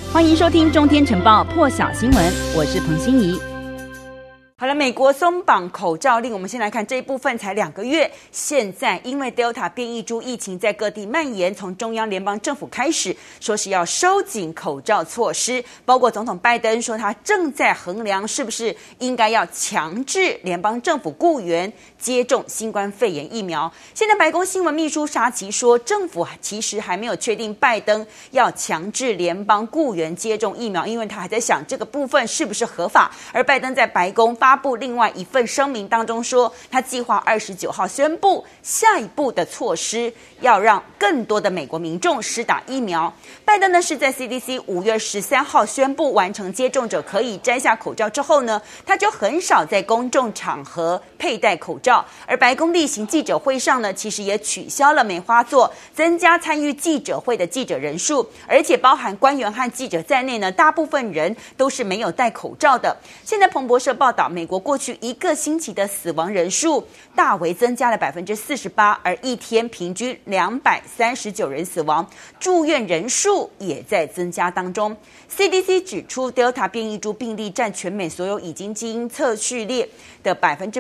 欢迎收听《中天晨报》破晓新闻，我是彭欣怡。好了，美国松绑口罩令，我们先来看这一部分，才2个月。现在因为 Delta 变异株疫情在各地蔓延，从中央联邦政府开始说是要收紧口罩措施，包括总统拜登说他正在衡量是不是应该要强制联邦政府雇员接种新冠肺炎疫苗。现在白宫新闻秘书沙奇说，政府其实还没有确定拜登要强制联邦雇员接种疫苗，因为他还在想这个部分是不是合法。而拜登在白宫发布另外一份声明当中说，他计划29号宣布下一步的措施，要让更多的美国民众施打疫苗。拜登呢是在 CDC 5月13号宣布完成接种者可以摘下口罩之后呢，他就很少在公众场合佩戴口罩。而白宫例行记者会上呢，其实也取消了梅花座，增加参与记者会的记者人数，而且包含官员和记者在内呢，大部分人都是没有戴口罩的。现在彭博社报道，美国过去1个星期的死亡人数大为增加了48%，而一天平均239人死亡，住院人数也在增加当中。CDC 指出 Delta 变异株病例占全美所有已经基因测序列的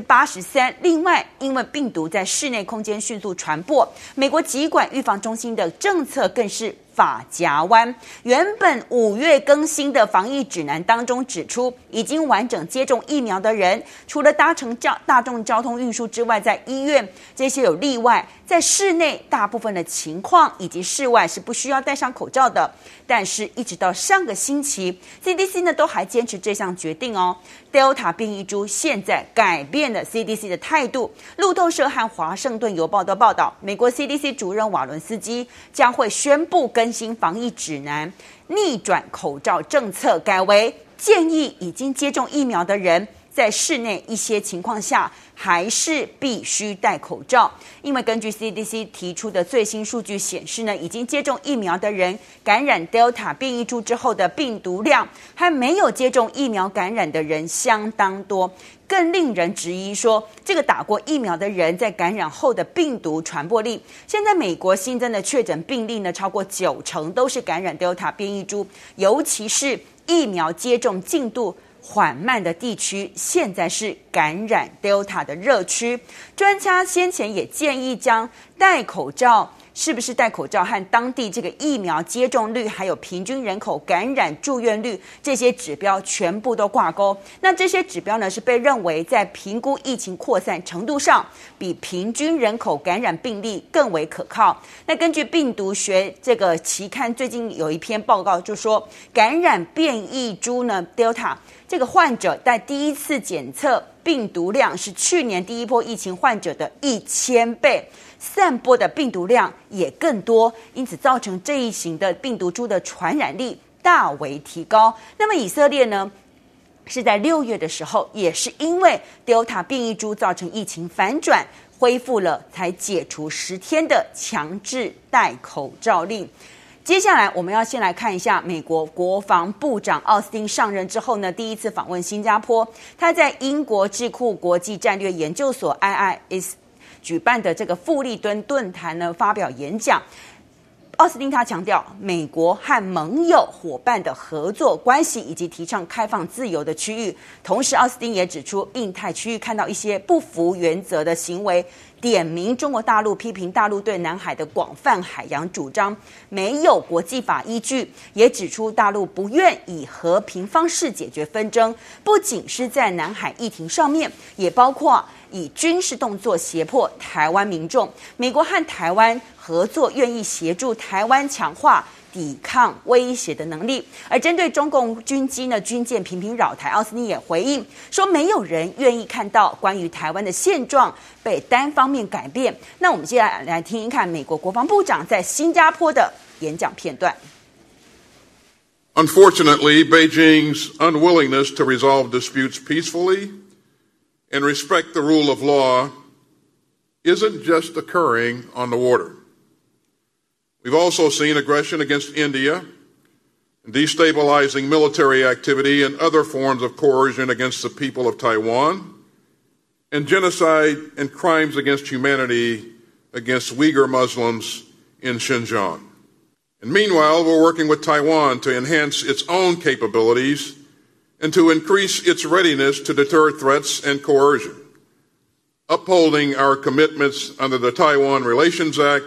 83%。另外，因为病毒在室内空间迅速传播，美国疾管预防中心的政策更是发夹弯。原本5月更新的防疫指南当中指出，已经完整接种疫苗的人，除了搭乘大众交通运输之外，在医院这些有例外，在室内大部分的情况以及室外是不需要戴上口罩的。但是一直到上个星期 CDC 呢都还坚持这项决定哦。Delta 变异株现在改变了 CDC 的态度。路透社和华盛顿邮报都报道，美国 CDC 主任瓦伦斯基将会宣布更新防疫指南，逆转口罩政策，改为建议已经接种疫苗的人在室内一些情况下还是必须戴口罩。因为根据 CDC 提出的最新数据显示呢，已经接种疫苗的人感染 Delta 变异株之后的病毒量和没有接种疫苗感染的人相当多。更令人质疑说，这个打过疫苗的人在感染后的病毒传播力，现在美国新增的确诊病例呢，超过90%都是感染 Delta 变异株，尤其是疫苗接种进度缓慢的地区，现在是感染 Delta 的热区。专家先前也建议将是不是戴口罩和当地这个疫苗接种率，还有平均人口感染住院率这些指标全部都挂钩。那这些指标呢，是被认为在评估疫情扩散程度上，比平均人口感染病例更为可靠。那根据病毒学这个期刊最近有一篇报告，就说感染变异株呢 Delta 这个患者在第一次检测病毒量是去年第一波疫情患者的1000倍，散播的病毒量也更多，因此造成这一型的病毒株的传染力大为提高。那么以色列呢，是在6月的时候，也是因为 Delta 变异株造成疫情反转，恢复了才解除10天的强制戴口罩令。接下来我们要先来看一下美国国防部长奥斯汀上任之后呢，第一次访问新加坡。他在英国智库国际战略研究所 IIS 举办的这个富利敦论坛呢发表演讲。奥斯汀他强调美国和盟友伙伴的合作关系，以及提倡开放自由的区域。同时奥斯汀也指出，印太区域看到一些不服原则的行为，点名中国大陆，批评大陆对南海的广泛海洋主张没有国际法依据，也指出大陆不愿以和平方式解决纷争，不仅是在南海议题上面，也包括以军事动作胁迫台湾民众。美国和台湾合作，愿意协助台湾强化抵抗威胁的能力。而针对中共军机呢军舰频频扰台，奥斯汀也回应说，没有人愿意看到关于台湾的现状被单方面改变。那我们接下来来听一看美国国防部长在新加坡的演讲片段。 Unfortunately, Beijing's unwillingness to resolve disputes peacefully and respect the rule of law isn't just occurring on the water. We've also seen aggression against India, destabilizing military activity and other forms of coercion against the people of Taiwan, and genocide and crimes against humanity against Uyghur Muslims in Xinjiang. And meanwhile, we're working with Taiwan to enhance its own capabilities and to increase its readiness to deter threats and coercion, upholding our commitments under the Taiwan Relations Act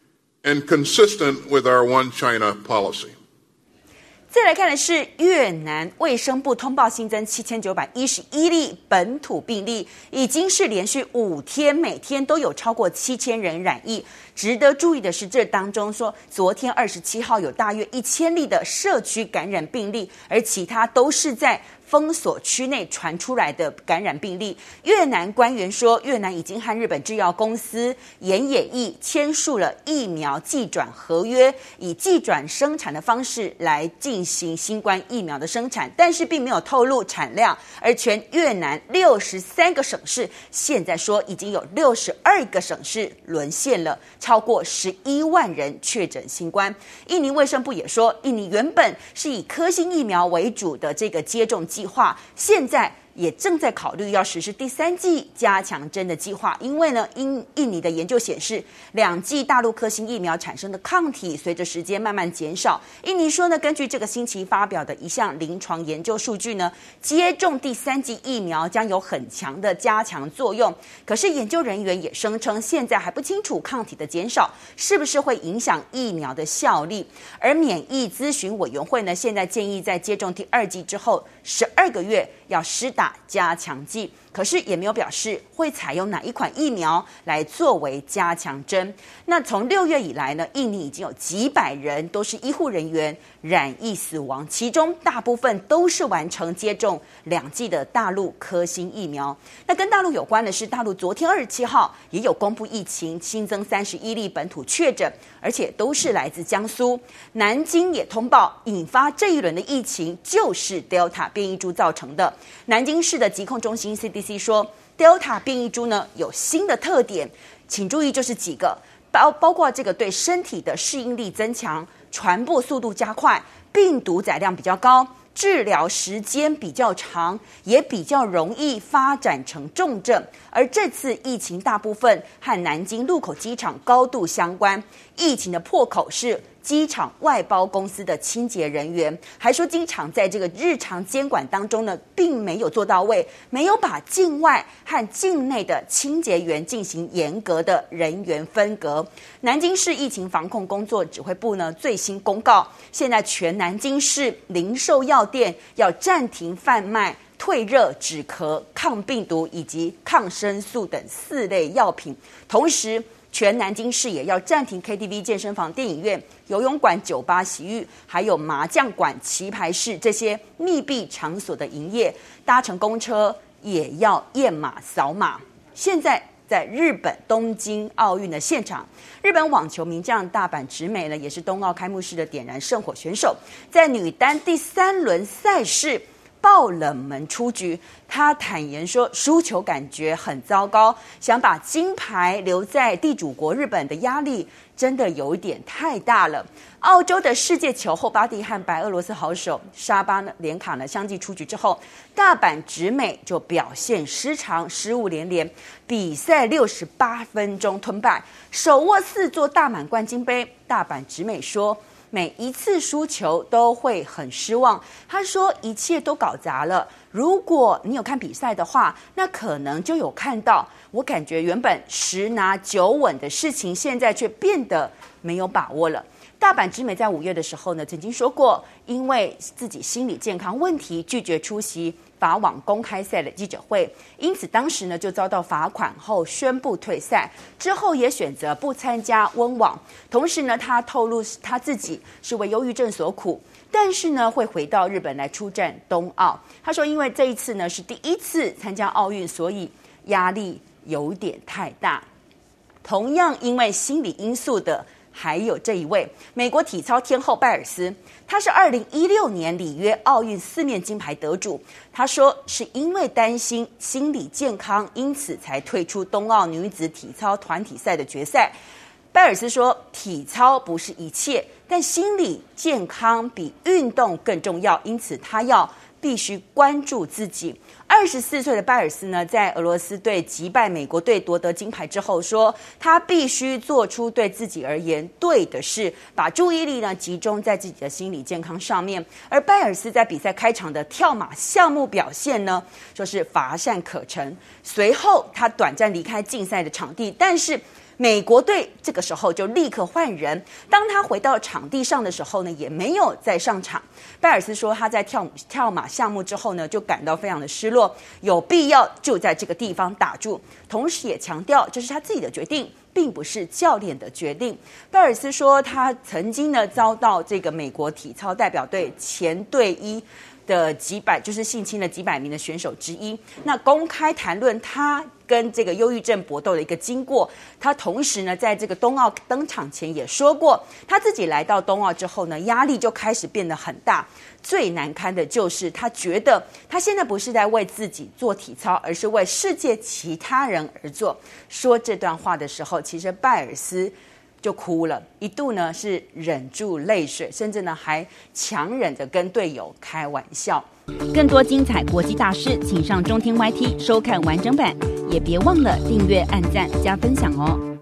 and consistent with our One China policy. 再来看的是越南卫生部通报新增7911例本土病例，已经是连续5天每天都有超过7000人染疫。值得注意的是，这当中说昨天27号有大约1000例的社区感染病例，而其他都是在封锁区内传出来的感染病例。越南官员说，越南已经和日本制药公司延野疫签署了疫苗技转合约，以技转生产的方式来进行新冠疫苗的生产，但是并没有透露产量。而全越南63个省市现在说已经有62个省市沦陷了，超过11万人确诊新冠。印尼卫生部也说，印尼原本是以科兴疫苗为主的这个接种计划，现在也正在考虑要实施第3剂加强针的计划，因为呢，印尼的研究显示，2剂大陆科兴疫苗产生的抗体随着时间慢慢减少。印尼说呢，根据这个星期发表的一项临床研究数据呢，接种第3剂疫苗将有很强的加强作用。可是研究人员也声称，现在还不清楚抗体的减少是不是会影响疫苗的效力。而免疫咨询委员会呢，现在建议在接种第2剂之后12个月要施打加强剂，可是也没有表示会采用哪一款疫苗来作为加强针。那从6月以来呢，印尼已经有几百人都是医护人员染疫死亡，其中大部分都是完成接种2剂的大陆科兴疫苗。那跟大陆有关的是，大陆昨天27号也有公布疫情新增31例本土确诊，而且都是来自江苏。南京也通报引发这一轮的疫情就是 Delta 变异株造成的。南京市的疾控中心 CDC 说 Delta 变异株呢有新的特点，请注意就是几个，包括这个对身体的适应力增强，传播速度加快，病毒载量比较高，治疗时间比较长，也比较容易发展成重症。而这次疫情大部分和南京禄口机场高度相关，疫情的破口是机场外包公司的清洁人员，还说机场在这个日常监管当中呢，并没有做到位，没有把境外和境内的清洁员进行严格的人员分隔。南京市疫情防控工作指挥部呢最新公告，现在全南京市零售药店要暂停贩卖退热、止咳、抗病毒以及抗生素等4类药品，同时全南京市也要暂停 KTV、健身房、电影院、游泳馆、酒吧、洗浴，还有麻将馆、棋牌室这些密闭场所的营业。搭乘公车也要验码扫码。现在在日本东京奥运的现场，日本网球名将大阪直美呢，也是冬奥开幕式的点燃圣火选手，在女单第3轮赛事爆冷门出局，他坦言说输球感觉很糟糕，想把金牌留在地主国日本的压力真的有一点太大了。澳洲的世界球后巴蒂和白俄罗斯好手沙巴连卡呢相继出局之后，大阪直美就表现失常，失误连连，比赛68分钟吞败，手握4座大满贯金杯。大阪直美说每一次输球都会很失望，他说一切都搞砸了。如果你有看比赛的话，那可能就有看到，我感觉原本10拿9稳的事情，现在却变得没有把握了。大阪直美在5月的时候呢，曾经说过，因为自己心理健康问题，拒绝出席法网公开赛的记者会，因此当时呢就遭到罚款后宣布退赛，之后也选择不参加温网。同时呢，他透露他自己是为忧郁症所苦，但是呢会回到日本来出战冬奥。他说因为这一次呢是第1次参加奥运，所以压力有点太大。同样因为心理因素的还有这一位美国体操天后拜尔斯，她是2016年里约奥运4面金牌得主。她说是因为担心心理健康，因此才退出冬奥女子体操团体赛的决赛。拜尔斯说体操不是一切，但心理健康比运动更重要，因此她要必须关注自己。24岁的拜尔斯呢，在俄罗斯队击败美国队夺得金牌之后说，他必须做出对自己而言对的事，把注意力呢集中在自己的心理健康上面。而拜尔斯在比赛开场的跳马项目表现呢，就是乏善可陈。随后他短暂离开竞赛的场地，但是美国队这个时候就立刻换人，当他回到场地上的时候呢，也没有再上场。拜尔斯说他在跳马项目之后呢，就感到非常的失落，有必要就在这个地方打住，同时也强调这是他自己的决定，并不是教练的决定。拜尔斯说他曾经呢遭到这个美国体操代表队前队医的就是性侵了几百名的选手之一，那公开谈论他跟这个忧郁症搏斗的一个经过。他同时呢，在这个冬奥登场前也说过，他自己来到冬奥之后呢，压力就开始变得很大。最难堪的就是他觉得他现在不是在为自己做体操，而是为世界其他人而做。说这段话的时候，其实拜尔斯就哭了，一度呢是忍住泪水，甚至呢还强忍着跟队友开玩笑。更多精彩国际大事，请上中天 YT 收看完整版，也别忘了订阅、按赞、加分享哦。